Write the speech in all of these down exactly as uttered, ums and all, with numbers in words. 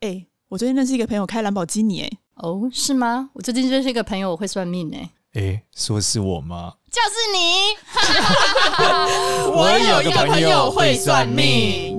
哎、欸，我最近认识一个朋友开兰博基尼。哎， 哦，是吗？我最近认识一个朋友，我会算命。哎， 哎，说是我吗？ 就是你。 我有一个朋友会算命。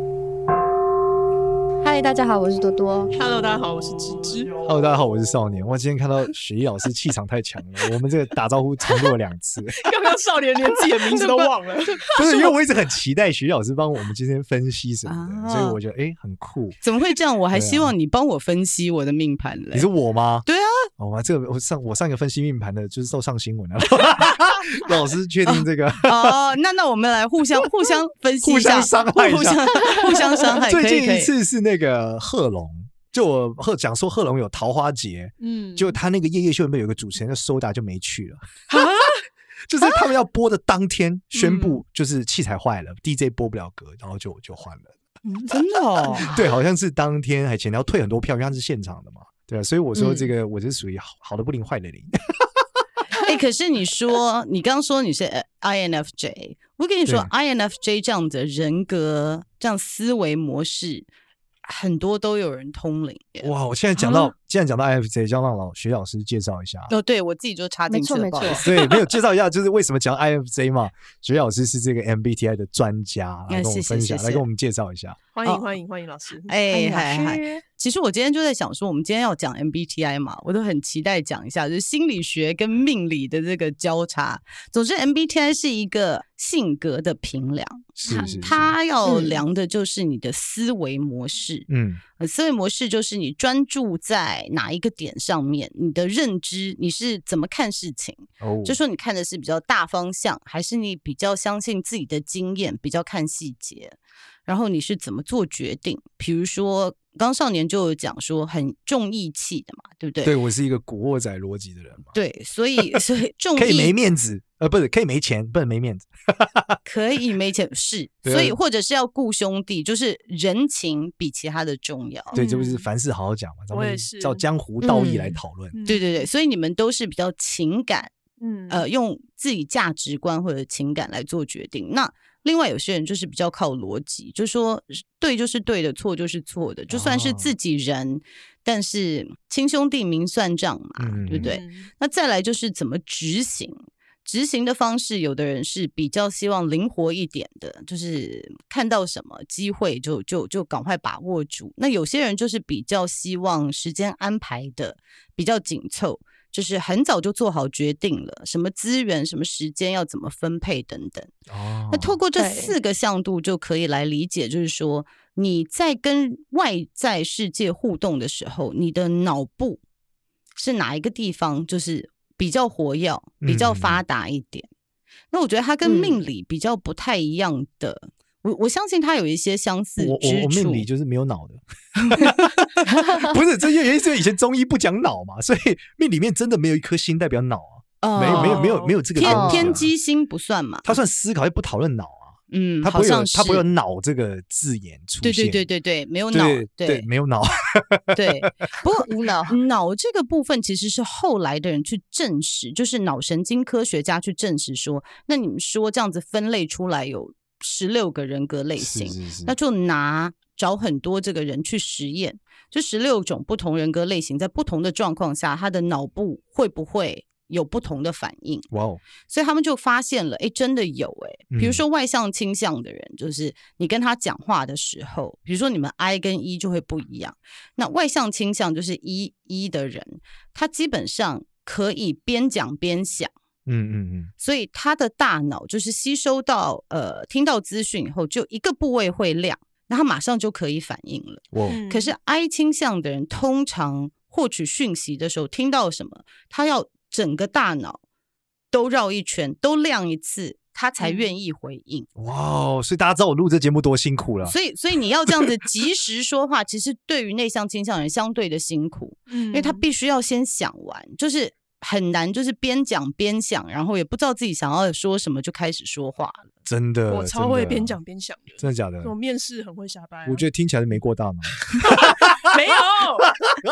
嗨，大家好，我是多多。 Hello， 大家好，我是芝芝。 Hello， 大家好，我是少年。我今天看到雪姨老师气场太强了，我们这个打招呼重录了两次。 刚刚少年连自己的名字都忘了。 不是，因为我一直很期待雪姨老师帮我们今天分析什么的，啊、所以我觉得哎很酷。 怎么会这样？我还希望你帮我分析我的命盘嘞。 你是我吗？ 对啊。 哦，这个我上我上一个分析命盘的，就是都上新闻了。老师确定这个？ 哦，那那我们来互相互相分析一下， 互相伤害一下， 互相互相伤害。 最近一次是那个贺龙。就我贺讲说贺龙有桃花节，嗯，就他那个夜夜秀里面有个主持人叫收达就没去了，就是他们要播的当天宣布，就是器材坏了、嗯、，D J 播不了歌，然后就就换了、 嗯，真的哦， 对，好像是当天还前天要退很多票，因为他是现场的嘛，对啊，所以我说这个、嗯、我是属于好好的不灵坏的灵。 哎、欸，可是你说你刚说你是 I N F J， 我跟你说 I N F J 这样的人格这样思维模式。很多都有人通灵耶。 哇！我现在讲到，既然讲到 I F J， 就让老学老师介绍一下。 哦，对，我自己就插进去了， 没错没错。 对，没有介绍一下，就是为什么讲 I F J 嘛？学老师是这个 M B T I 的专家，来跟我们分享， 谢谢谢谢来跟我们介绍一下。 欢迎欢迎欢迎老师！ 哎嗨嗨！其实我今天就在想说，我们今天要讲 M B T I 嘛，我都很期待讲一下，就是心理学跟命理的这个交叉。总之 ，M B T I 是一个性格的评量， 是是是， 它要量的就是你的思维模式。嗯，思维模式就是你专注在哪一个点上面，你的认知，你是怎么看事情？哦，就说你看的是比较大方向，还是你比较相信自己的经验，比较看细节？然后你是怎么做决定？比如说，刚少年就有讲说很重义气的嘛，对不对？ 对，我是一个古惑仔逻辑的人嘛。 对，所以所以重义可以没面子，呃，不是可以没钱，不能没面子， 可以没钱是，所以或者是要顾兄弟，就是人情比其他的重要。 对，这不是凡事好好讲嘛，咱们照江湖道义来讨论、 嗯。对对对，所以你们都是比较情感，嗯，呃，用自己价值观或者情感来做决定。那另外有些人就是比较靠逻辑，就是说对就是对的，错就是错的，就算是自己人、哦、但是亲兄弟明算账嘛、嗯、对不对、嗯、那再来就是怎么执行，执行的方式有的人是比较希望灵活一点的，就是看到什么机会就就就赶快把握住，那有些人就是比较希望时间安排的比较紧凑，就是很早就做好决定了，什么资源什么时间要怎么分配等等、哦、那透过这四个向度就可以来理解，就是说你在跟外在世界互动的时候，你的脑部是哪一个地方就是比较活跃比较发达一点、嗯、那我觉得它跟命理比较不太一样的、嗯我, 我相信它有一些相似之处。 我 我, 我命理就是没有脑的，不是这原因是以前中医不讲脑嘛，所以命里面真的没有一颗心代表脑啊，哦、没有没有没有没有这个东西、啊、 天机心不算嘛， 它算思考，也不讨论脑啊。嗯，它不会有它不会有脑这个字眼出现。 对对对对对，没有脑， 对 对, 对没有脑。 对，不过无脑脑这个部分其实是后来的人去证实，就是脑神经科学家去证实说，那你们说这样子分类出来有十六个人格类型，是是是，那就拿找很多这个人去实验，就十六种不同人格类型，在不同的状况下，他的脑部会不会有不同的反应？哇、wow ！所以他们就发现了，哎，真的有哎。比如说外向倾向的人、嗯，就是你跟他讲话的时候，比如说你们 I 跟 E 就会不一样。那外向倾向就是 E E 的人，他基本上可以边讲边想。嗯嗯嗯，所以他的大脑就是吸收到呃听到资讯以后，就一个部位会亮，那他马上就可以反应了。哇！可是 I 倾向的人，通常获取讯息的时候，听到什么，他要整个大脑都绕一圈，都亮一次，他才愿意回应。 哇！所以大家知道我录这节目多辛苦了。 所以，所以你要这样子及时说话，其实对于内向倾向人相对的辛苦，嗯，因为他必须要先想完，就是。很难，就是边讲边想，然后也不知道自己想要说什么就开始说话了。 真的， 我超会边讲边想的。 真的假的？ 我面试很会瞎掰、啊。 我觉得听起来是没过大脑。 没有，我面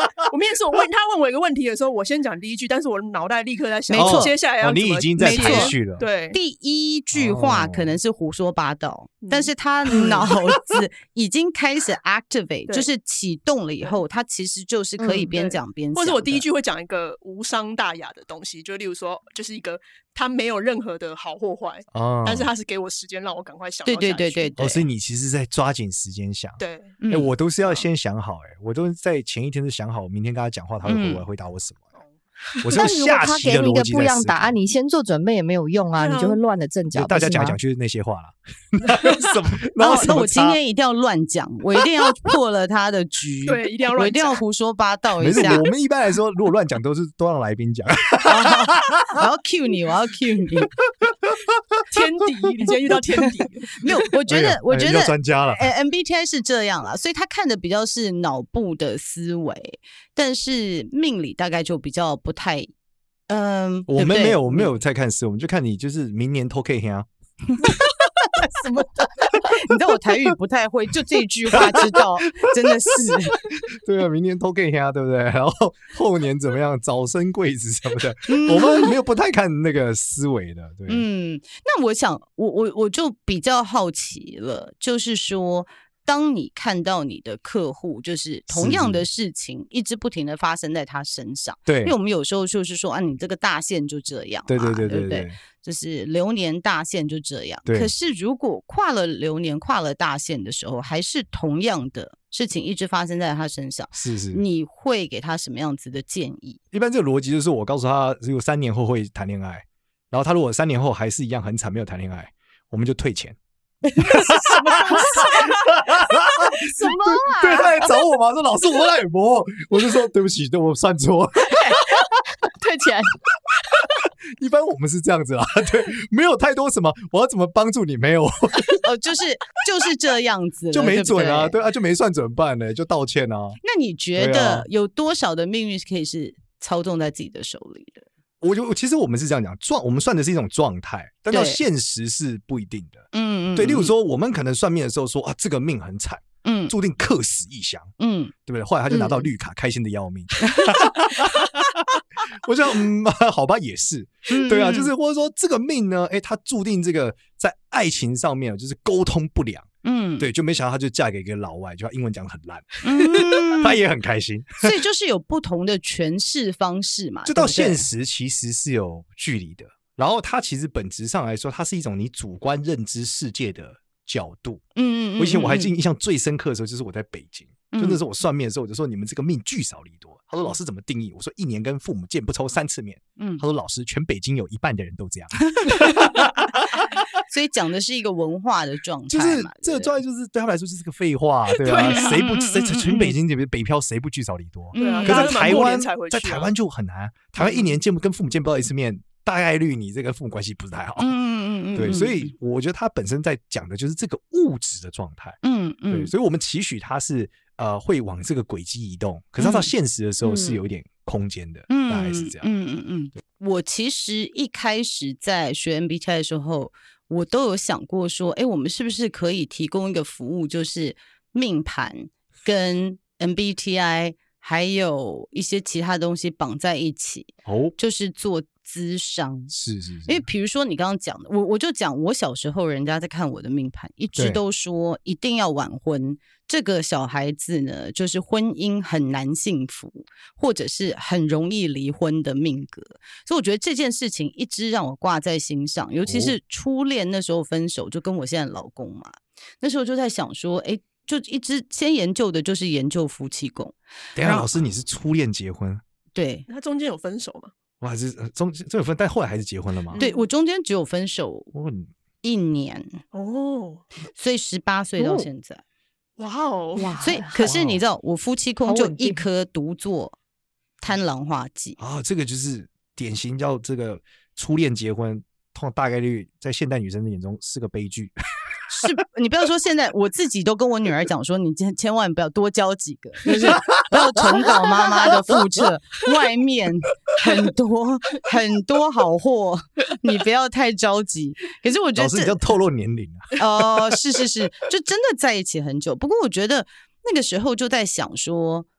面是我问他问我一个问题的时候，我先讲第一句，但是我脑袋立刻在想， 没错， 接下来要怎么、 哦、你已经在排序了。 对， 第一句话可能是胡说八道，哦、但是他脑子已经开始 activate， 就是启动了以后，他其实就是可以边讲边讲、嗯。 或者我第一句会讲一个无伤大雅的东西，就例如说，就是一个他没有任何的好或坏，哦、但是他是给我时间让我赶快想到下去。 对对对对对。 哦，所以你其实在抓紧时间想。 对， 哎、嗯欸，我都是要先想好、欸，哎，我都在前一天就想好，明天跟他讲话，他会回来回答我什么。嗯、我是用下棋的逻辑在思考。但如果他给你一个不一样答案， 你先做准备也没有用啊，你就会乱了阵脚。 大家讲讲就是那些话啦。什么？ 然后那我今天一定要乱讲，我一定要破了他的局。 对，一定要乱讲， 我一定要胡说八道一下。 没事，我们一般来说，如果乱讲都是都让来宾讲。 我要 cue 你，我要 cue 你。 天敌，你今天遇到天敌。 没有，我觉得，哎、我觉得专家了。 M B T I 是这样啦，所以他看的比较是脑部的思维，但是命理大概就比较不太。嗯， 我们没有，我们没有在看事，我们就看你就是明年偷 K 呀。 什么的？你知道我台语不太会，就这一句话知道，真的是。 对啊，明年偷 K 呀，对不对？然后后年怎么样？早生贵子什么的，嗯、我们没有不太看那个思维的。对， 嗯，那我想，我我我就比较好奇了，就是说。当你看到你的客户就是同样的事情一直不停的发生在他身上， 对， 因为我们有时候就是说啊，你这个大限就这样嘛， 对对对 对, 对不对？就是流年大限就这样。 对。 可是如果跨了流年、跨了大限的时候，还是同样的事情一直发生在他身上， 是是， 你会给他什么样子的建议？ 一般这个逻辑就是我告诉他，如果三年后会谈恋爱，然后他如果三年后还是一样很惨没有谈恋爱，我们就退钱。 什么东西？什么啊？ 对，他来找我嘛，说老师我来磨，我就说对不起，对我算错， 退钱。 一般我们是这样子啦，对，没有太多什么，我要怎么帮助你？没有， 哦，就是就是这样子， 就没准啊， 对, 对, 对啊，就没算怎么办呢？就道歉啊。 那你觉得有多少的命运可以是操纵在自己的手里的？ 我就其实我们是这样讲，状我们算的是一种状态，但到现实是不一定的。 嗯嗯， 对，例如说我们可能算命的时候说啊，这个命很惨，嗯，注定客死异乡，嗯，对不对？后来他就拿到绿卡，嗯、开心的要命。我想，嗯，好吧，也是，对啊，就是或者说这个命呢，哎，他注定这个在爱情上面就是沟通不良。嗯，对，就没想到她就嫁给一个老外，就她英文讲得很烂，嗯、她也很开心， 所以就是有不同的诠释方式嘛。 就到现实其实是有距离的，然后它其实本质上来说，它是一种你主观认知世界的角度。嗯嗯嗯。我以前我还记印象最深刻的时候，就是我在北京，嗯、就那时候我算命的时候，我就说你们这个命聚少离多。他说老师怎么定义？我说一年跟父母见不超三次面。嗯，他说老师，全北京有一半的人都这样。 所以讲的是一个文化的状态， 就是这个状态，就是对他们来说就是个废话，对啊，谁不谁全北京北漂谁不聚少离多？对啊，可是台湾在台湾就很难，台湾一年见不跟父母见不到一次面，大概率你这个父母关系不是太好。嗯嗯嗯，对，所以我觉得他本身在讲的就是这个物质的状态。嗯嗯，对，所以我们期许他是呃会往这个轨迹移动，可是他到现实的时候是有一点空间的，嗯、大概是这样。 嗯嗯嗯，我其实一开始在学 M B T I 的时候。我都有想过说，哎，我们是不是可以提供一个服务，就是命盘跟 M B T I 还有一些其他东西绑在一起，哦，就是做咨商。 是是是， 因为比如说你刚刚讲的，我我就讲我小时候人家在看我的命盘，一直都说一定要晚婚，这个小孩子呢就是婚姻很难幸福，或者是很容易离婚的命格，所以我觉得这件事情一直让我挂在心上，尤其是初恋那时候分手，就跟我现在老公嘛，那时候就在想说，哎，就一直先研究的就是研究夫妻宫。 等一下，老师你是初恋结婚？ 对， 他中间有分手吗？ 我还是中中有分，但后来还是结婚了吗？ 对，我中间只有分手一年哦，所以十八岁到现在。 哇哦哇！ 所以可是你知道，我夫妻宫就一颗独坐贪狼化忌啊，这个就是典型叫这个初恋结婚，通常大概率在现代女生的眼中是个悲剧。 是你不要说现在，我自己都跟我女儿讲说，你千万不要多交几个，就是不要重蹈妈妈的覆辙。外面很多很多好货，你不要太着急。可是我觉得老师你要透露年龄啊。哦、呃，是是是，就真的在一起很久。不过我觉得那个时候就在想说，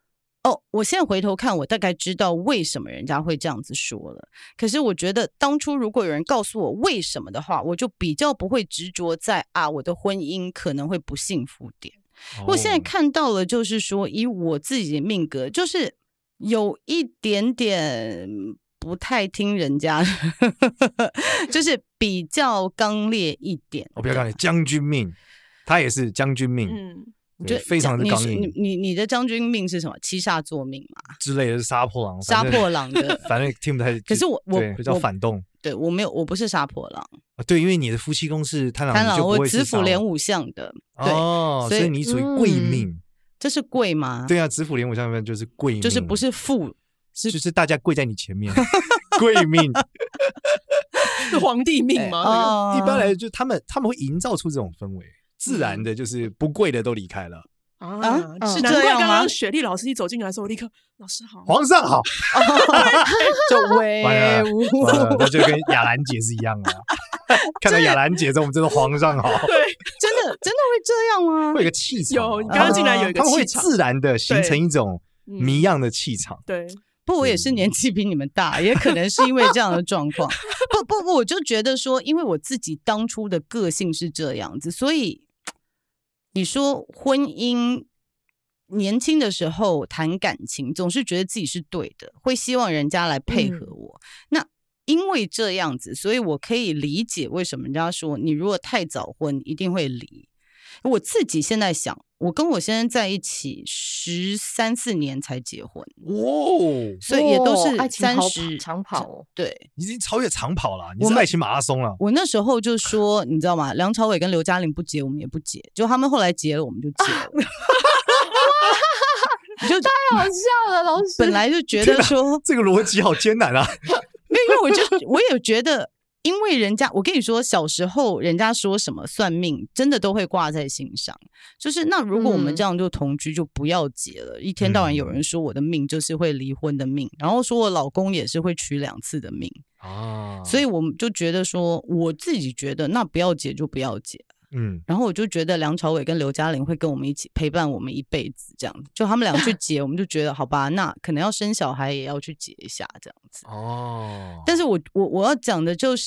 哦，我现在回头看，我大概知道为什么人家会这样子说了。可是我觉得当初如果有人告诉我为什么的话，我就比较不会执着在啊我的婚姻可能会不幸福点。哦、我现在看到了，就是说以我自己的命格，就是有一点点不太听人家，就是比较刚烈一点。 我、哦、比较刚烈，将军命，他也是将军命。嗯。就非常的刚硬。 你你你的将军命是什么？七煞坐命嘛之类的，是杀破狼。 杀破狼的， 反正听不太。 可是我我比较反动。 对，我没有，我不是杀破狼。 啊，对，因为你的夫妻宫是贪狼， 贪狼， 我子府连五相的。对哦，所以你属于贵命、嗯。 这是贵吗？ 对啊，子府连五相就是贵命， 就是不是富， 是就是大家跪在你前面，贵命。 是皇帝命吗？ 哦、一般来说，就他们他们会营造出这种氛围。自然的就是不贵的都离开了啊，是难怪刚刚雪莉老师一走进来的时候，我立刻老师好， 皇上好， 就威武， 那就跟雅兰姐是一样的。看到雅兰姐之后，我们真的皇上好， 对， 真的真的会这样吗？ 会有个气场， 有，你刚刚进来有一个气场， 他们会自然的形成一种谜样的气场， 对。 不，我也是年纪比你们大，也可能是因为这样的状况。不不不，我就觉得说，因为我自己当初的个性是这样子，所以你说婚姻年轻的时候谈感情，总是觉得自己是对的，会希望人家来配合我。嗯、那因为这样子，所以我可以理解为什么人家说你如果太早婚一定会离。我自己现在想，我跟我先生在一起十三四年才结婚， 哦， 所以也都是三十长跑、哦， 对， 已经超越长跑了，你是爱情马拉松了。 我那时候就说，你知道吗？梁朝伟跟刘嘉玲不结，我们也不结，就他们后来结了，我们就结了。 就太好笑了，老师。 本来就觉得说这个逻辑好艰难啊， 因为我就我也觉得。因为人家，我跟你说，小时候人家说什么算命，真的都会挂在心上。就是那如果我们这样就同居，就不要结了。嗯、一天到晚有人说我的命就是会离婚的命，然后说我老公也是会娶两次的命啊。所以我们就觉得说，我自己觉得那不要结就不要结。嗯，然后我就觉得梁朝伟跟刘嘉玲会跟我们一起陪伴我们一辈子，这样子。就他们俩去结，我们就觉得好吧，那可能要生小孩也要去结一下这样子。哦，但是我我我要讲的就是，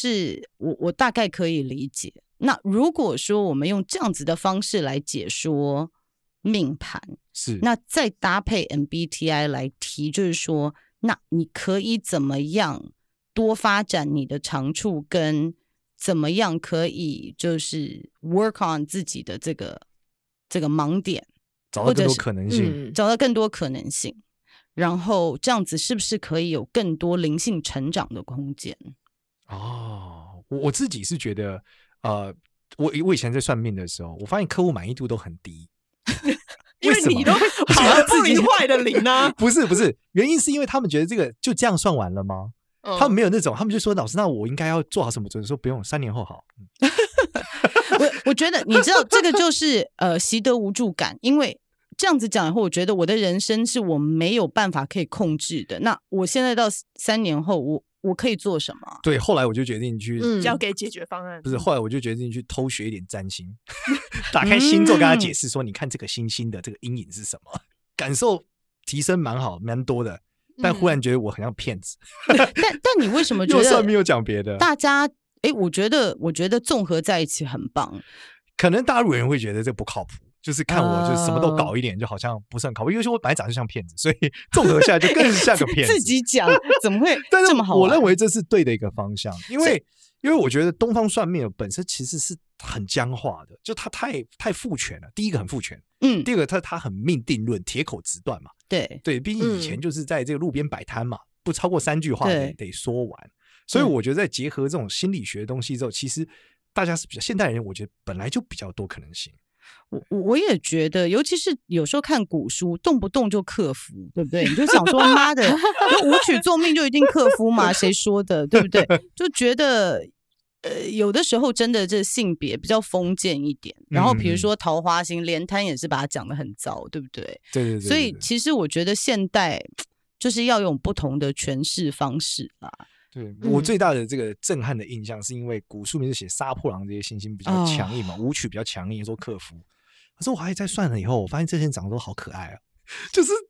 我我大概可以理解。那如果说我们用这样子的方式来解说命盘， 是那再搭配 M B T I 来提，就是说，那你可以怎么样多发展你的长处跟。怎么样可以就是 work on 自己的这个这个盲点， 找到更多可能性、 嗯、找到更多可能性，然后这样子是不是可以有更多灵性成长的空间？ 哦，我我自己是觉得，呃，我我以前在算命的时候，我发现客户满意度都很低， 因为你都好的不灵坏的灵啊， 不是不是，原因是因为他们觉得这个就这样算完了吗？他们没有那种，他们就说老师，那我应该要做好什么准备？说不用，三年后好。 我我觉得你知道这个就是呃习得无助感，因为这样子讲以后，我觉得我的人生是我没有办法可以控制的。那我现在到三年后，我我可以做什么？ 对，后来我就决定去、 嗯、交给解决方案。 不是，后来我就决定去偷学一点占星，打开星座跟他解释说，你看这个星星的这个阴影是什么，感受提升蛮好，蛮多的。但忽然觉得我很像骗子， 嗯、但但你为什么觉得又算命又讲别的？ 大家哎，我觉得我觉得综合在一起很棒。 可能大陆人会觉得这不靠谱，就是看我就是什么都搞一点，就好像不是很靠谱。因为我本来长得像骗子，所以综合下来就更像个骗子。 自己讲怎么会这么好玩？ 我认为这是对的一个方向，因为因为我觉得东方算命本身其实是很僵化的，就它太太父权了。第一个很父权，嗯，第二个它它很命定论，铁口直断嘛。 对对， 毕竟以前就是在这个路边摆摊嘛，嗯、不超过三句话得得说完。所以我觉得在结合这种心理学的东西之后，嗯、其实大家是比较现代人，我觉得本来就比较多可能性。 我我也觉得，尤其是有时候看古书，动不动就克夫，对不对？你就想说妈的，就武曲坐命就一定克夫嘛？谁说的？对不对？就觉得。呃，有的时候真的这性别比较封建一点，然后比如说桃花星、连摊也是把它讲得很糟，对不对？ 对对对。 所以其实我觉得现代就是要用不同的诠释方式啦。 对、嗯、我最大的这个震撼的印象，是因为古书名是写杀破狼这些星星比较强硬嘛，武、哦、曲比较强硬，说克夫。可是我还在算了以后，我发现这些人长得都好可爱啊。就是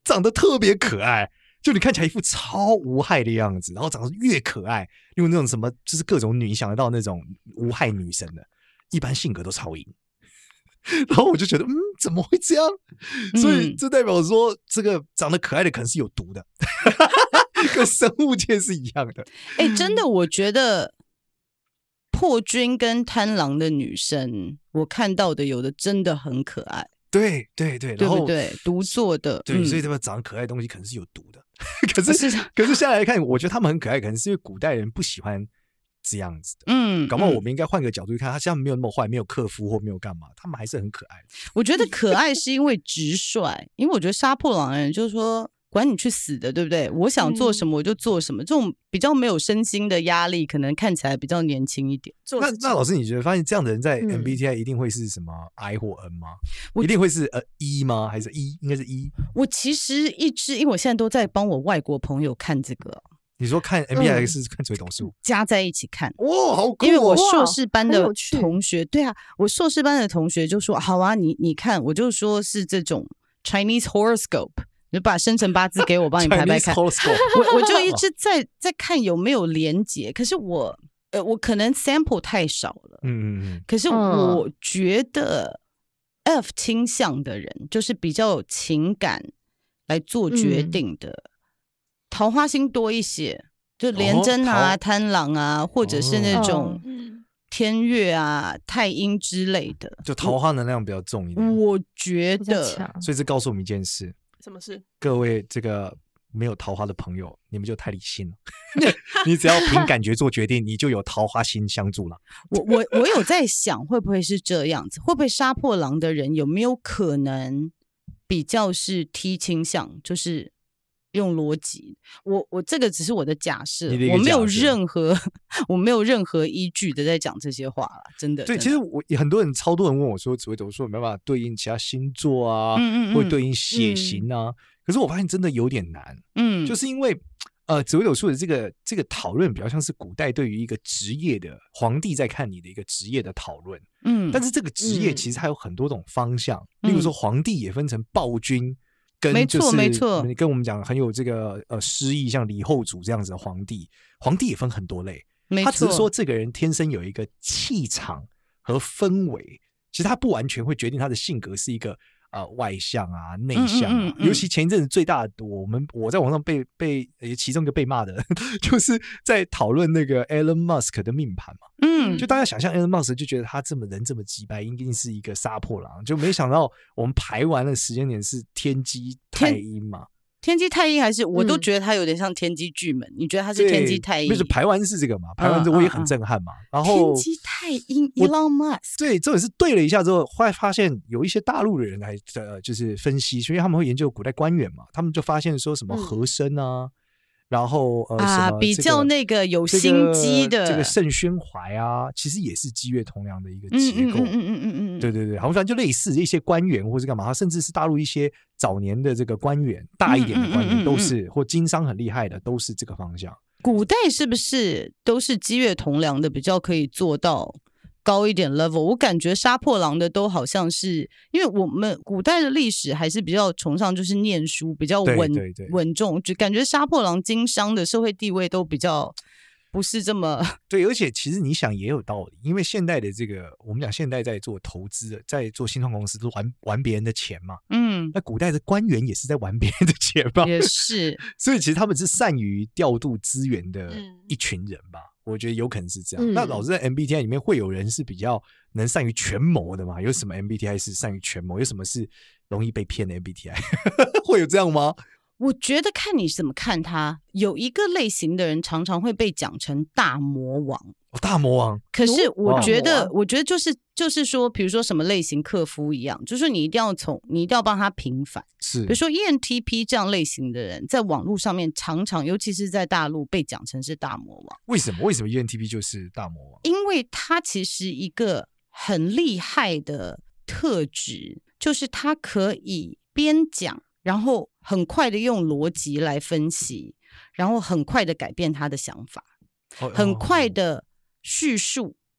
长得特别可爱，就你看起来一副超无害的样子，然后长得越可爱，因为那种什么就是各种女想得到那种无害女神的，一般性格都超阴。然后我就觉得，嗯，怎么会这样？所以这代表说，这个长得可爱的可能是有毒的，跟生物界是一样的。 哎、欸，真的，我觉得破军跟贪狼的女生，我看到的有的真的很可爱。 对对对， 对不对？独做的， 对， 嗯、 所以他们长得可爱的东西可能是有毒的。可是，是可是现在来看，我觉得他们很可爱，可能是因为古代人不喜欢这样子的。嗯，搞不好我们应该换个角度去看，他现在没有那么坏，没有克夫或没有干嘛，他们还是很可爱。 我觉得可爱是因为直率，因为我觉得杀破狼的人就是说，管你去死的，对不对？我想做什么我就做什么，嗯、这种比较没有身心的压力，可能看起来比较年轻一点。 那那老师，你觉得发现这样的人在 M B T I 一定会是什么 I 或 N 吗？嗯、一定会是呃 E 吗？还是 E？ 应该是 E。 我其实一直，因为我现在都在帮我外国朋友看这个。 你说看 M B T I 是看紫微斗数、嗯、 加在一起看哇，好酷、哦！ 因为我硕士班的同学，对啊，我硕士班的同学就说好啊，你你看，我就说是这种 Chinese horoscope， 你就把生辰八字给我，帮你排排看。我我就一直在在看有没有连结，可是我呃我可能 sample 太少了，嗯嗯嗯，可是我觉得 F 倾向的人就是比较有情感来做决定的。嗯，桃花星多一些，就廉贞啊、哦、贪狼啊，或者是那种天月啊、哦、太阴之类的， 就桃花能量比较重一点。 我觉得， 所以这告诉我们一件事： 什么事？ 各位这个没有桃花的朋友，你们就太理性了。你只要凭感觉做决定，你就有桃花星相助了。 我我我有在想，会不会是这样子？会不会杀破狼的人有没有可能比较是 T 倾向，就是用逻辑？我我这个只是我的假设，我没有任何我没有任何依据的在讲这些话了，真的。 对， 真的其实我很多人超多人问我说，紫微斗数有没有办法对应其他星座啊，嗯嗯嗯或者对应血型啊、嗯？可是我发现真的有点难，嗯，就是因为呃，紫微斗数的这个这个讨论比较像是古代对于一个职业的皇帝在看你的一个职业的讨论，嗯，但是这个职业其实还有很多种方向，嗯、例如说皇帝也分成暴君。跟就是、 没错没错， 跟我们讲很有这个呃诗意，像李后主这样子的皇帝，皇帝也分很多类，他只是说这个人天生有一个气场和氛围，其实他不完全会决定他的性格是一个呃外向啊内向啊、嗯嗯嗯嗯。尤其前一阵子最大的，我们我在网上被被其中一个被骂的，就是在讨论那个 Elon Musk 的命盘嘛。嗯，就大家想象 Elon Musk 就觉得他这么人这么鸡掰，一定是一个杀破狼，就没想到我们排完的时间点是天机太阴嘛。 天机太阴还是我都觉得他有点像天机巨门、嗯、你觉得他是天机太阴？ 就是排完是这个嘛，排完之后我也很震撼嘛。嗯嗯、然后天机太阴 Elon Musk， 对，这也是对了一下之后，后来发现有一些大陆的人来呃，就是分析，因为他们会研究古代官员嘛，他们就发现说什么和珅啊。嗯然后呃啊， 什么、 比较那个有心机的、 这个、这个盛宣怀啊，其实也是积月同梁的一个结构。嗯嗯嗯嗯嗯，对对对，好像反正就类似一些官员或是干嘛，甚至是大陆一些早年的这个官员，大一点的官员都是，嗯嗯嗯嗯或经商很厉害的都是这个方向。 古代是不是都是积月同梁的比较可以做到高一点 level？ 我感觉杀破狼的都好像是，因为我们古代的历史还是比较崇尚就是念书，比较稳稳重，就感觉杀破狼经商的社会地位都比较不是这么对。而且其实你想也有道理，因为现代的这个我们讲现代在做投资，在做新创公司都玩玩别人的钱嘛，嗯，那古代的官员也是在玩别人的钱嘛， 也是， 所以其实他们是善于调度资源的一群人吧。嗯，我觉得有可能是这样。嗯、那老师在 M B T I 里面会有人是比较能善于权谋的吗？有什么 M B T I 是善于权谋？有什么是容易被骗的 M B T I？ 会有这样吗？ 我觉得看你怎么看他。有一个类型的人常常会被讲成大魔王。 哦，大魔王。 可是我觉得，我觉得就是就是说，比如说什么类型克夫一样，就是你一定要从你一定要帮他平反。 是， 比如说 E N T P 这样类型的人，在网络上面常常，尤其是在大陆被讲成是大魔王。 为什么？为什么 E N T P 就是大魔王？ 因为他其实一个很厉害的特质，就是他可以边讲，然后很快的用逻辑来分析，然后很快的改变他的想法，哦、很快的叙述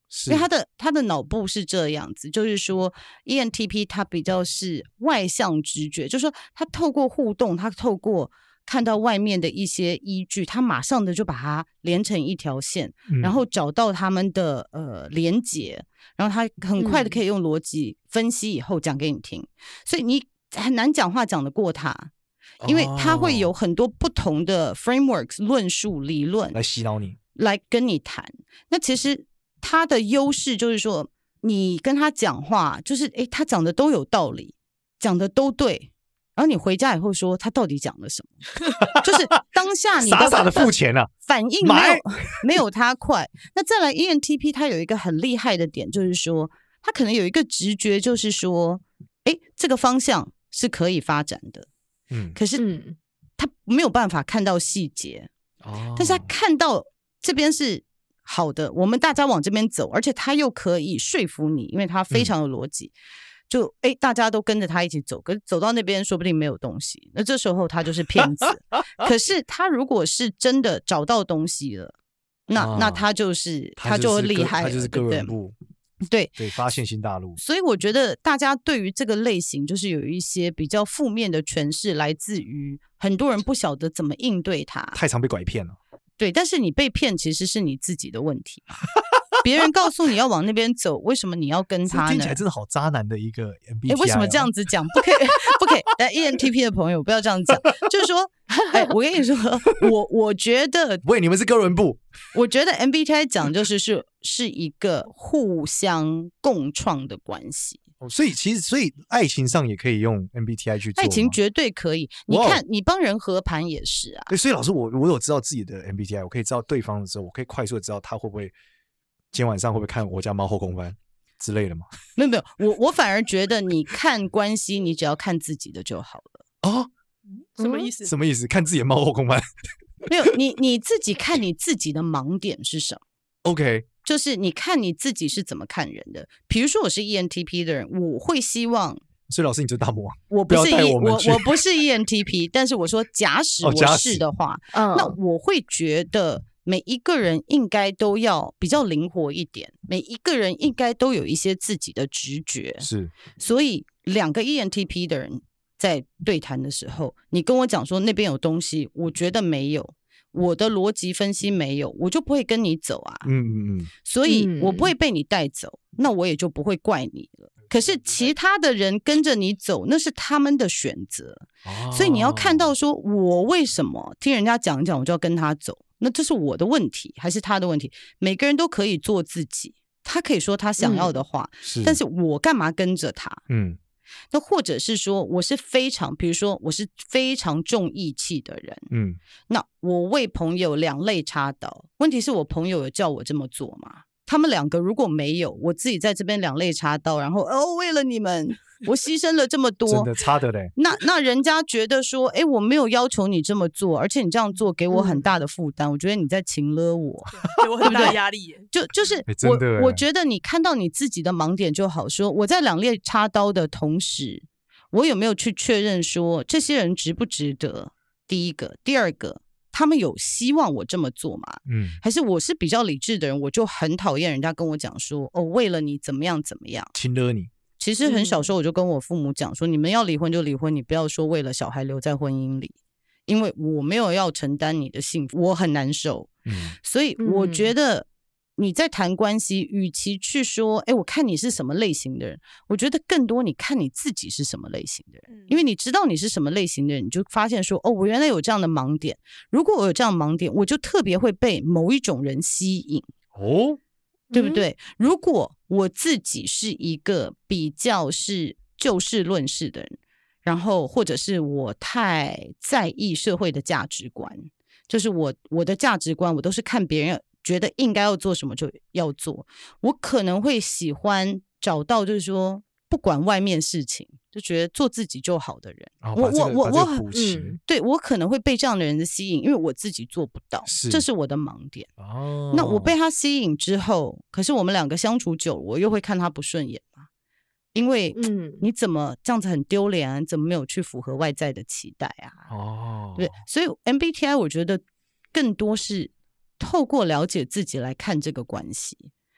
因为他的他的脑部是这样子，就是说 E N T P 它比较是外向直觉，就是说他透过互动，他透过看到外面的一些依据，他马上的就把它连成一条线，嗯、然后找到他们的呃连结，然后他很快的可以用逻辑分析以后讲给你听，嗯、所以你很难讲话讲得过他，因为他会有很多不同的 frameworks 论述理论来洗脑你， 来跟你谈。那其实他的优势就是说，你跟他讲话，就是诶，他讲的都有道理，讲的都对，然后你回家以后说他到底讲了什么，就是当下你傻傻的付钱啊， 反应没有没有他快。那再来 E N T P 他有一个很厉害的点，就是说他可能有一个直觉，就是说，诶，这个方向是可以发展的，嗯，可是他没有办法看到细节，哦，但是他看到这边是好的，我们大家往这边走，而且他又可以说服你，因为他非常有逻辑，嗯、就哎，大家都跟着他一起走，可是走到那边说不定没有东西，那这时候他就是骗子。可是他如果是真的找到东西了，那、啊、那他就是他就厉害了， 他就是个人部， 对对，发现新大陆。 所以我觉得大家对于这个类型就是有一些比较负面的诠释，来自于很多人不晓得怎么应对他， 太常被拐骗了。 对，但是你被骗其实是你自己的问题。别人告诉你要往那边走，为什么你要跟他呢？ 听起来真的好渣男的一个 M B T I、哦。 为什么这样子讲？不可以，不可以。但 E N T P 的朋友不要这样讲，就是说，哎，我跟你说，我我觉得， 喂，你们是哥伦布。 我觉得 M B T I 讲就是是是一个互相共创的关系。 哦、所以其实，所以爱情上也可以用 M B T I 去做。 爱情绝对可以。你看，你帮人合盘也是啊。 对，所以老师，我我有知道自己的 M B T I， 我可以知道对方的时候，我可以快速的知道他会不会今天晚上会不会看我家猫后空翻之类的吗？ 没有没有，我我反而觉得你看关系，你只要看自己的就好了。 哦， 什么意思？ 什么意思？看自己的猫后空翻？ 没有，你你自己看你自己的盲点是什么 ？OK。 就是你看你自己是怎么看人的，比如说我是 E N T P 的人，我会希望， 所以老师你就是大魔王， 我不是 E, 我, 我, 我不是 E N T P， 但是我说假使我是的话，哦、那我会觉得每一个人应该都要比较灵活一点，每一个人应该都有一些自己的直觉， 是， 所以两个 E N T P 的人在对谈的时候，你跟我讲说那边有东西，我觉得没有。我的逻辑分析没有，我就不会跟你走啊。嗯嗯嗯，所以我不会被你带走，嗯、那我也就不会怪你了。可是其他的人跟着你走，那是他们的选择。哦、所以你要看到说，我为什么听人家讲一讲，我就要跟他走？那这是我的问题，还是他的问题？每个人都可以做自己，他可以说他想要的话，嗯、是但是我干嘛跟着他？嗯。那或者是说我是非常比如说我是非常重义气的人，嗯，那我为朋友两肋插刀，问题是我朋友有叫我这么做吗？他们两个如果没有，我自己在这边两肋插刀，然后哦为了你们我牺牲了这么多， 真的差的嘞。 那那人家觉得说，哎，我没有要求你这么做，而且你这样做给我很大的负担，嗯、我觉得你在情勒我， 给我很大的压力耶。 就就是我我觉得你看到你自己的盲点就好说，我在两肋插刀的同时，我有没有去确认说这些人值不值得？第一个，第二个。他们有希望我这么做吗？嗯，还是我是比较理智的人，我就很讨厌人家跟我讲说，哦，为了你怎么样怎么样， 亲了你。 其实很小时候我就跟我父母讲说，嗯、你们要离婚就离婚，你不要说为了小孩留在婚姻里，因为我没有要承担你的幸福，我很难受。嗯，所以我觉得你在谈关系，与其去说，哎，我看你是什么类型的人，我觉得更多你看你自己是什么类型的人，因为你知道你是什么类型的人，你就发现说，哦，我原来有这样的盲点。如果我有这样的盲点，我就特别会被某一种人吸引，哦，对不对？嗯、如果我自己是一个比较是就事论事的人，然后或者是我太在意社会的价值观，就是我我的价值观，我都是看别人。觉得应该要做什么就要做，我可能会喜欢找到就是说不管外面事情，就觉得做自己就好的人。 哦、我我我我嗯，对我可能会被这样的人的吸引，因为我自己做不到，是这是我的盲点。哦，那我被他吸引之后，可是我们两个相处久，我又会看他不顺眼嘛，因为嗯，你怎么这样子很丢脸啊？怎么没有去符合外在的期待啊？哦，对，所以 M B T I 我觉得更多是。透过了解自己来看这个关系，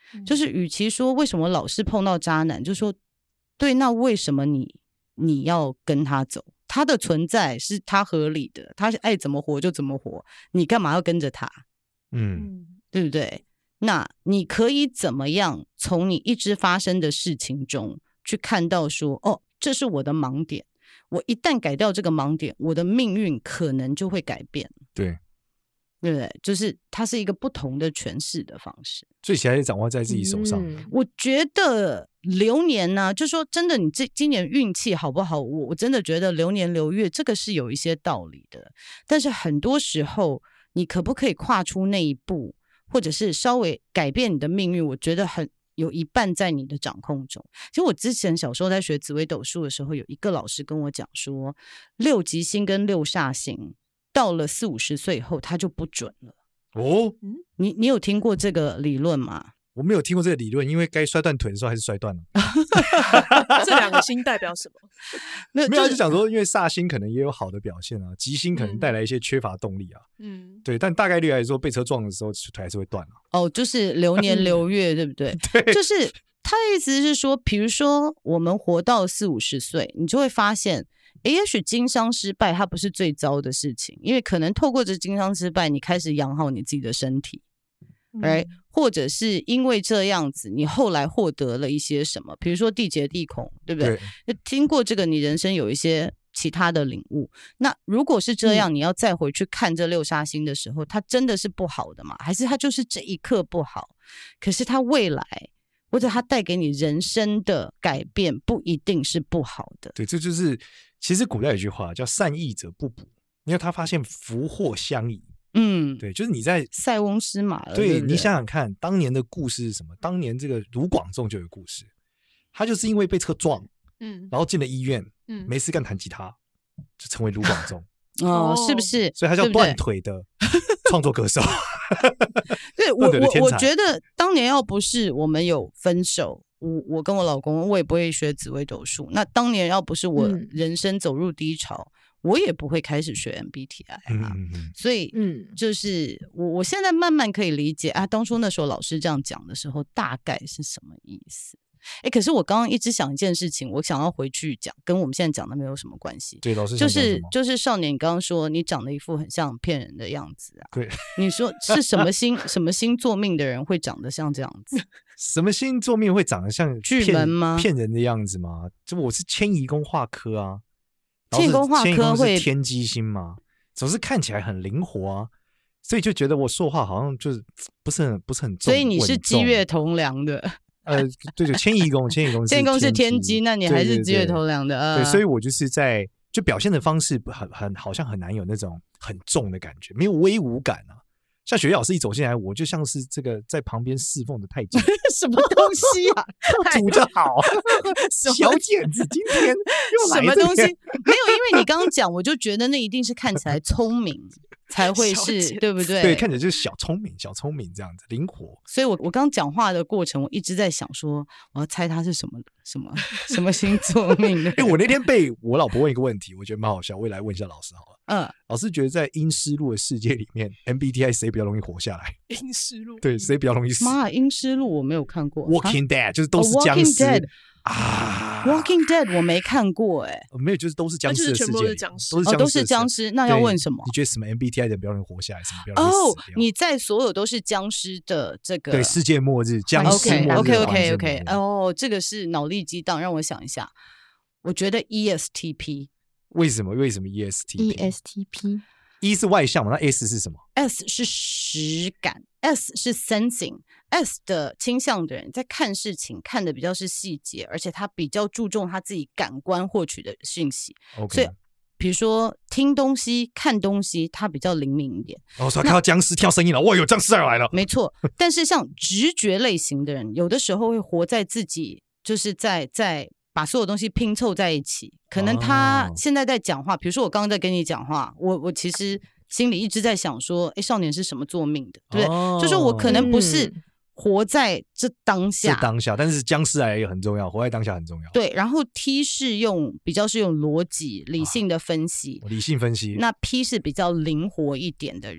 就是与其说为什么老是碰到渣男，就说对，那为什么你你要跟他走？他的存在是他合理的，他爱怎么活就怎么活，你干嘛要跟着他？嗯，对不对？那你可以怎么样从你一直发生的事情中去看到说，哦，这是我的盲点，我一旦改掉这个盲点，我的命运可能就会改变。 对， 对不对？就是它是一个不同的诠释的方式， 所以其实掌握在自己手上。 嗯、我觉得流年呢、啊，就说真的，你这今年运气好不好？我我真的觉得流年流月这个是有一些道理的，但是很多时候你可不可以跨出那一步，或者是稍微改变你的命运？我觉得很有一半在你的掌控中。其实我之前小时候在学紫微斗数的时候，有一个老师跟我讲说，六吉星跟六煞星到了四五十岁以后，它就不准了。哦，你你有听过这个理论吗？ 我没有听过这个理论，因为该摔断腿的时候还是摔断了。 这两个星代表什么？ 没有，没有，就讲说，因为煞星可能也有好的表现啊，吉星可能带来一些缺乏动力啊。嗯，对，但大概率来说，被车撞的时候腿还是会断了。 哦，就是流年流月，对不对？ 对， 就是他的意思是说，比如说我们活到四五十岁，你就会发现。也许经商失败它不是最糟的事情，因为可能透过这经商失败你开始养好你自己的身体、嗯、right? 或者是因为这样子你后来获得了一些什么，比如说地劫地孔，对不对？对，经过这个你人生有一些其他的领悟。那如果是这样、嗯、你要再回去看这六煞星的时候，它真的是不好的吗？还是它就是这一刻不好，可是它未来或者它带给你人生的改变不一定是不好的。 对，这就是其实古代有句话叫善易者不补，因为他发现福祸相依。嗯，对，就是你在塞翁失马了。 对, 对, 对， 你想想看当年的故事是什么？当年这个卢广仲就有故事，他就是因为被车撞，嗯，然后进了医院，嗯，没事干弹吉他就成为卢广仲。 哦，是不是？ 所以他叫断腿的创作歌手。 对，我我我觉得当年要不是我们有分手，我我跟我老公我也不会学紫微斗数。那当年要不是我人生走入低潮、嗯、我也不会开始学 M B T I 啊。嗯嗯所以嗯，就是我我现在慢慢可以理解啊，当初那时候老师这样讲的时候大概是什么意思。哎，可是我刚刚一直想一件事情，我想要回去讲，跟我们现在讲的没有什么关系。 对，老师就是就是少年，你刚刚说你长得一副很像骗人的样子啊。 对， 你说是什么星什么星座命的人会长得像这样子？ 什么星座命会长得像巨门吗？ 骗人的样子吗？就我是迁移宫化科啊， 迁移宫化科会是天机星嘛，总是看起来很灵活啊，所以就觉得我说话好像就是不是很不是很重， 所以你是积月同梁的。 呃，对对，迁移宫，迁移宫， 迁移宫是天机，那你还是积月同梁的。 对, 对, 对, 对，所以我就是在就表现的方式很很好像很难有那种很重的感觉，没有威武感啊。像雪莉老师一走进来，我就像是这个在旁边侍奉的太监。 什么东西啊？ 煮得好，小剪子今天又来什么东西？没有，因为你刚刚讲，我就觉得那一定是看起来聪明才会是，对不对？ 对，看起来就是小聪明，小聪明这样子，灵活。 所以我我刚讲话的过程，我一直在想说，我要猜他是什么什么什么星座命的。 哎，我那天被我老婆问一个问题，我觉得蛮好笑，我也来问一下老师好了。嗯，老师觉得在阴尸路的世界里面 ，M B T I 谁比较容易活下来？ 阴尸路， 对，谁比较容易死？ 妈，阴尸路我没有看过。 Walking Dead 就是都是僵尸、oh, 啊 ，Walking Dead 我没看过哎、 欸，没有，就是都是僵尸的世界， 都是僵尸， 都是僵尸、 哦，都是僵尸。那要问什么？ 你觉得什么 M B T I 的比较容易活下来，什么比较容易死掉？ 哦，你在所有都是僵尸的这个对世界末日，僵尸末日 ，OK OK OK OK， 哦，这个是脑力激荡，让我想一下，我觉得 E S T P。 为什么？为什么 E S T P？E S T P E 是外向嘛？那 S 是什么 ？S 是实感 ，S 是 sensing。S 的倾向的人在看事情看的比较是细节，而且他比较注重他自己感官获取的讯息。 Okay. 所以比如说听东西、看东西，他比较灵敏一点。 哦，所以看到僵尸跳声音了，哇，有僵尸要来了。 没错，但是像直觉类型的人，有的时候会活在自己，就是在在。把所有东西拼凑在一起，可能他现在在讲话，比如说我刚刚在跟你讲话，我我其实心里一直在想说，哎，少年是什么座命的，对不对？哦、就是我可能不是活在这当下， 是当下，但是僵尸来也很重要，活在当下很重要。 对，然后 T 是用比较是用逻辑、理性的分析， 啊、理性分析。 那 P 是比较灵活一点的人。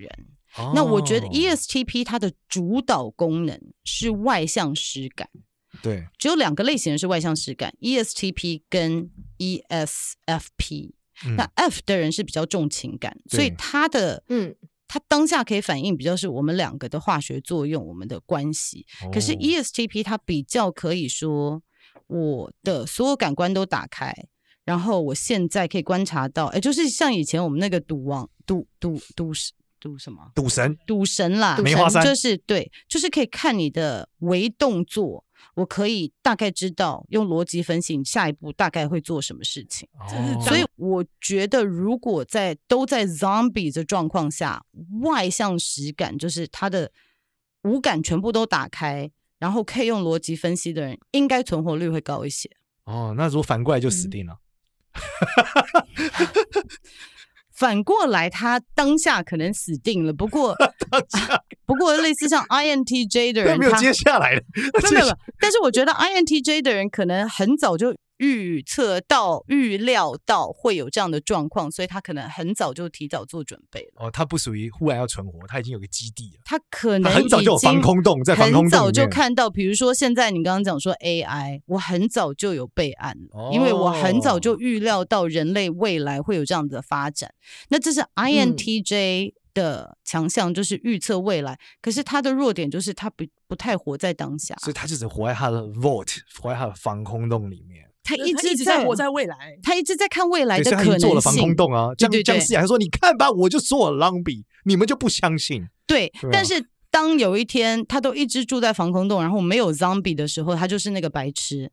哦、那我觉得 E S T P 它的主导功能是外向实感。 对， 只有两个类型人是外向实感 ，E S T P 跟 E S F P。嗯、那 F 的人是比较重情感，所以他的嗯，他当下可以反映比较是我们两个的化学作用，我们的关系。哦、可是 E S T P 它比较可以说，我的所有感官都打开，然后我现在可以观察到，哎，就是像以前我们那个赌王、赌赌赌赌什么？ 赌神， 赌神啦， 梅花三就是对，就是可以看你的微动作。我可以大概知道用逻辑分析你下一步大概会做什么事情、哦、所以我觉得如果在都在 zombie 的状况下，外向实感就是他的五感全部都打开，然后可以用逻辑分析的人应该存活率会高一些。 哦，那如果反过来就死定了、 嗯反过来他当下可能死定了，不过不过类似像 I N T J 的人没有接下来的没有，但是我觉得 I N T J 的人可能很早就预测到预料到会有这样的状况，所以他可能很早就提早做准备了。 哦，他不属于忽然要存活，他已经有个基地了。 他可能他很早就有防空洞，在防空洞里面很早就看到，比如说现在你刚刚讲说 A I， 我很早就有备案了、哦、因为我很早就预料到人类未来会有这样的发展。那这是 I N T J、嗯的强项就是预测未来，可是他的弱点就是他不不太活在当下， 所以他就只活在他的 vault， 活在他的防空洞里面。 他一直在, 在活在未来， 他一直在看未来的可能性。 他做了防空洞啊， 对对对， 僵尸还说你看吧，我就说了 Zombie， 你们就不相信。 对，对、啊，但是当有一天他都一直住在防空洞，然后没有 Zombie 的时候，他就是那个白痴。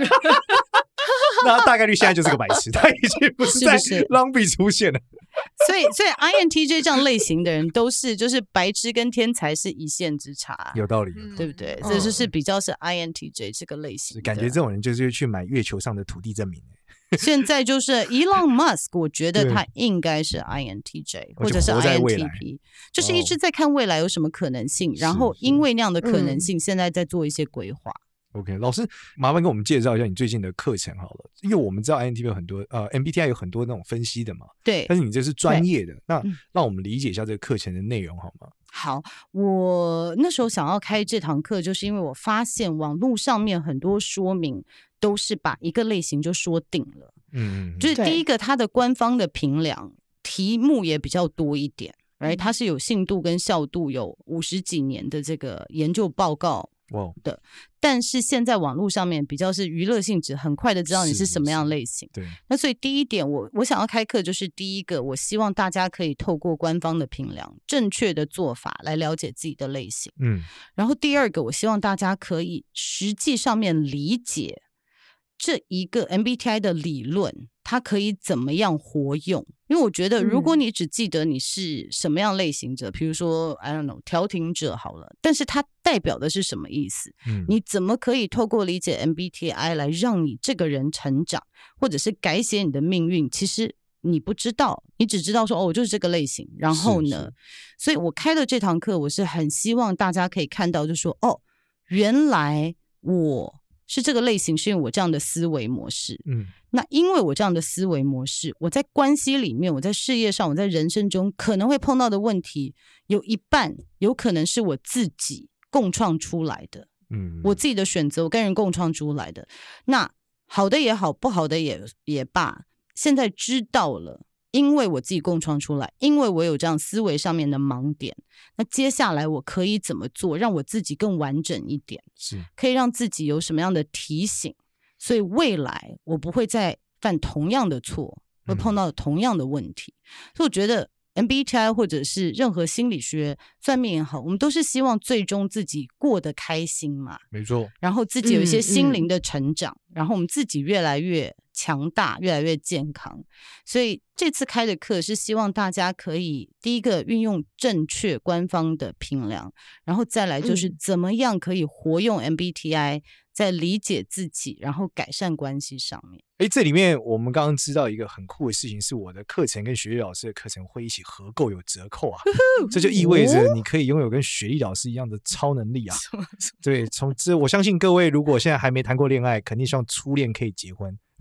那大概率现在就是个白痴，他已经不是在 Zombie 出现了。 所以，所以 I N T J 这样类型的人都是，就是白痴跟天才是一线之差， 有道理， 对不对？这、嗯、就是比较是 I N T J 这个类型的， 感觉这种人就是去买月球上的土地证明。 现在就是 Elon Musk， 我觉得他应该是 I N T J 或者是 I N T P， 就是一直在看未来有什么可能性，然后因为那样的可能性，现在在做一些规划。 OK， 老师麻烦跟我们介绍一下你最近的课程好了，因为我们知道 I N T P 有很多呃 M B T I 有很多那种分析的嘛， 对， 但是你这是专业的，那让我们理解一下这个课程的内容好吗？ 好，我那时候想要开这堂课，就是因为我发现网络上面很多说明都是把一个类型就说定了，嗯，就是第一个它的官方的评量题目也比较多一点，right？ 它是有信度跟效度，有五十几年的这个研究报告。Wow. 的，但是现在网络上面比较是娱乐性质，很快的知道你是什么样类型。对，那所以第一点我，我我想要开课就是第一个，我希望大家可以透过官方的评量，正确的做法来了解自己的类型。嗯，然后第二个，我希望大家可以实际上面理解这一个 M B T I 的理论，它可以怎么样活用？因为我觉得，如果你只记得你是什么样类型者，比如说 I don't know 调停者好了，但是它代表的是什么意思？嗯，你怎么可以透过理解 M B T I 来让你这个人成长，或者是改写你的命运？其实你不知道，你只知道说哦，我就是这个类型。然后呢，所以我开了这堂课，我是很希望大家可以看到，就说哦，原来我是这个类型，是因为我这样的思维模式。嗯，那因为我这样的思维模式，我在关系里面，我在事业上，我在人生中可能会碰到的问题，有一半有可能是我自己共创出来的。嗯，我自己的选择，我跟人共创出来的。那好的也好，不好的也也罢，现在知道了。因为我自己共创出来，因为我有这样思维上面的盲点，那接下来我可以怎么做，让我自己更完整一点，是可以让自己有什么样的提醒，所以未来我不会再犯同样的错，会碰到同样的问题。嗯、所以我觉得 M B T I 或者是任何心理学算命也好，我们都是希望最终自己过得开心嘛， 没错， 然后自己有一些心灵的成长，嗯嗯、然后我们自己越来越强大，越来越健康。所以这次开的课是希望大家可以第一个运用正确官方的评量，然后再来就是怎么样可以活用 M B T I 在理解自己然后改善关系上面。 诶，这里面我们刚刚知道一个很酷的事情，是我的课程跟学历老师的课程会一起合购有折扣啊，这就意味着你可以拥有跟学历老师一样的超能力啊。对，从这我相信各位如果现在还没谈过恋爱，肯定希望初恋可以结婚，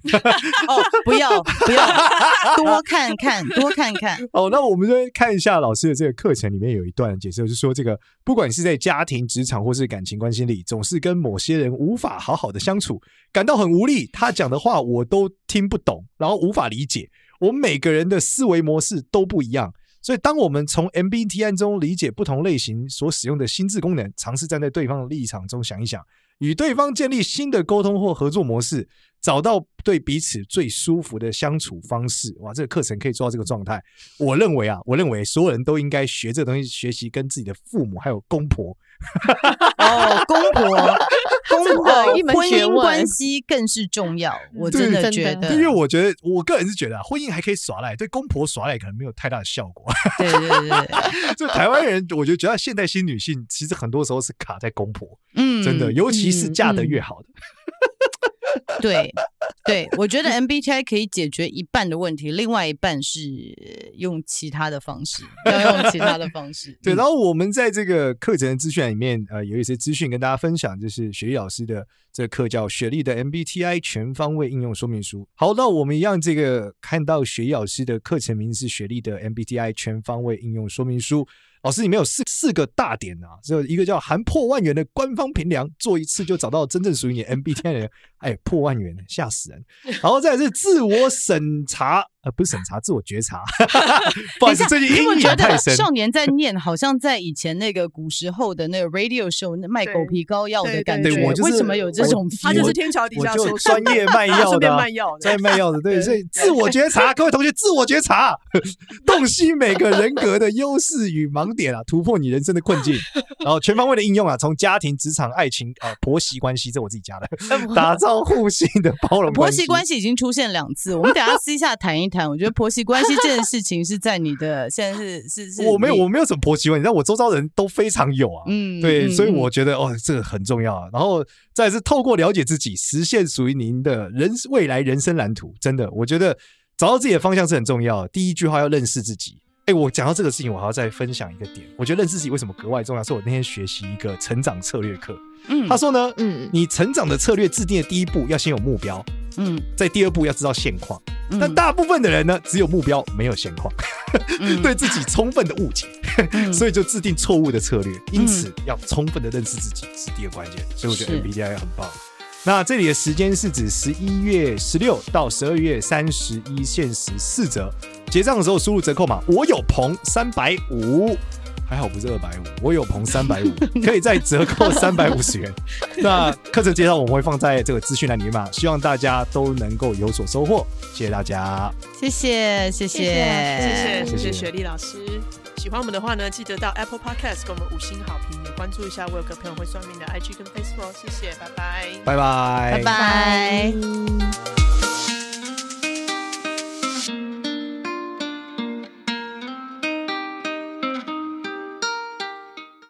哦，不要不要，多看看多看看。 哦，那我们就看一下老师的这个课程里面有一段解释，就是说这个不管是在家庭、职场或是感情关系里，总是跟某些人无法好好的相处，感到很无力，他讲的话我都听不懂，然后无法理解，我们每个人的思维模式都不一样。所以当我们从 M B T I 中理解不同类型所使用的心智功能，尝试站在对方的立场中想一想，与对方建立新的沟通或合作模式，找到对彼此最舒服的相处方式。哇，这个课程可以做到这个状态。我认为啊，我认为所有人都应该学这个东西，学习跟自己的父母还有公婆。 哦，公婆，公婆一门婚姻学问关系更是重要，我真的觉得。 因为我觉得，我个人是觉得、啊，婚姻还可以耍赖，对公婆耍赖可能没有太大的效果。 对对对， 就台湾人，我觉得觉得现代新女性其实很多时候是卡在公婆，嗯，真的，尤其是嫁得越好的。 嗯、对对，我觉得 M B T I 可以解决一半的问题，另外一半是用其他的方式，要用其他的方式。 对，然后我们在这个课程的资讯里面，呃，有一些资讯跟大家分享，就是雪莉老师的这个课叫雪莉的 M B T I 全方位应用说明书。好，那我们一样这个看到雪莉老师的课程名字是雪莉的 M B T I 全方位应用说明书。老师里面有四四个大点啊，只有一个叫含破万元的官方评量，做一次就找到真正属于你 M B T I 的人，哎，破万元吓死人。然后再来是自我审查，呃，不是审查，自我觉察。不好意思，最近阴影太深。 少年在念，好像在以前那个古时候的那个 radio show 卖狗皮膏药的感觉。 对，我就是为什么有这种？ 他就是天桥底下我就专业卖药的、啊， 卖药的， 专业卖药的。对，所以自我觉察，各位同学，自我觉察，洞悉每个人格的优势与盲点啊，突破你人生的困境。然后全方位的应用啊，从家庭、职场、爱情啊、呃、婆媳关系，这我自己加的，打造互信的包容关系。 婆媳关系已经出现两次，我们等一下私下谈一谈。我觉得婆媳关系这件事情是在你的现在是是是， 我没有我没有什么婆媳关系，但我周遭人都非常有啊。嗯，对，嗯、所以我觉得哦，这个很重要啊。然后再来是透过了解自己，实现属于您的人未来人生蓝图。真的，我觉得找到自己的方向是很重要的。第一句话要认识自己。哎，我讲到这个事情，我还要再分享一个点。我觉得认识自己为什么格外重要，是我那天学习一个成长策略课。嗯，他说呢，嗯，你成长的策略制定的第一步要先有目标，嗯，在第二步要知道现况。嗯、但大部分的人呢，只有目标没有现况，嗯、对自己充分的误解，嗯、所以就制定错误的策略。因此，要充分的认识自己是第一个关键。所以我觉得 M B T I 很棒。那这里的时间是指十一月十六到十二月三十一，限时四折。结账的时候输入折扣码，我有朋三百五，还好不是二百五，我有朋三百五，可以再折扣三百五十元。那课程介绍我们会放在这个资讯栏里面嘛，希望大家都能够有所收获。谢谢大家， 谢谢谢谢谢谢谢谢雪莉老师。喜欢我们的话呢，记得到 Apple Podcast 给我们五星好评，也关注一下我有个朋友会算命的 I G 跟 Facebook。谢谢，拜拜， 拜拜， 拜拜。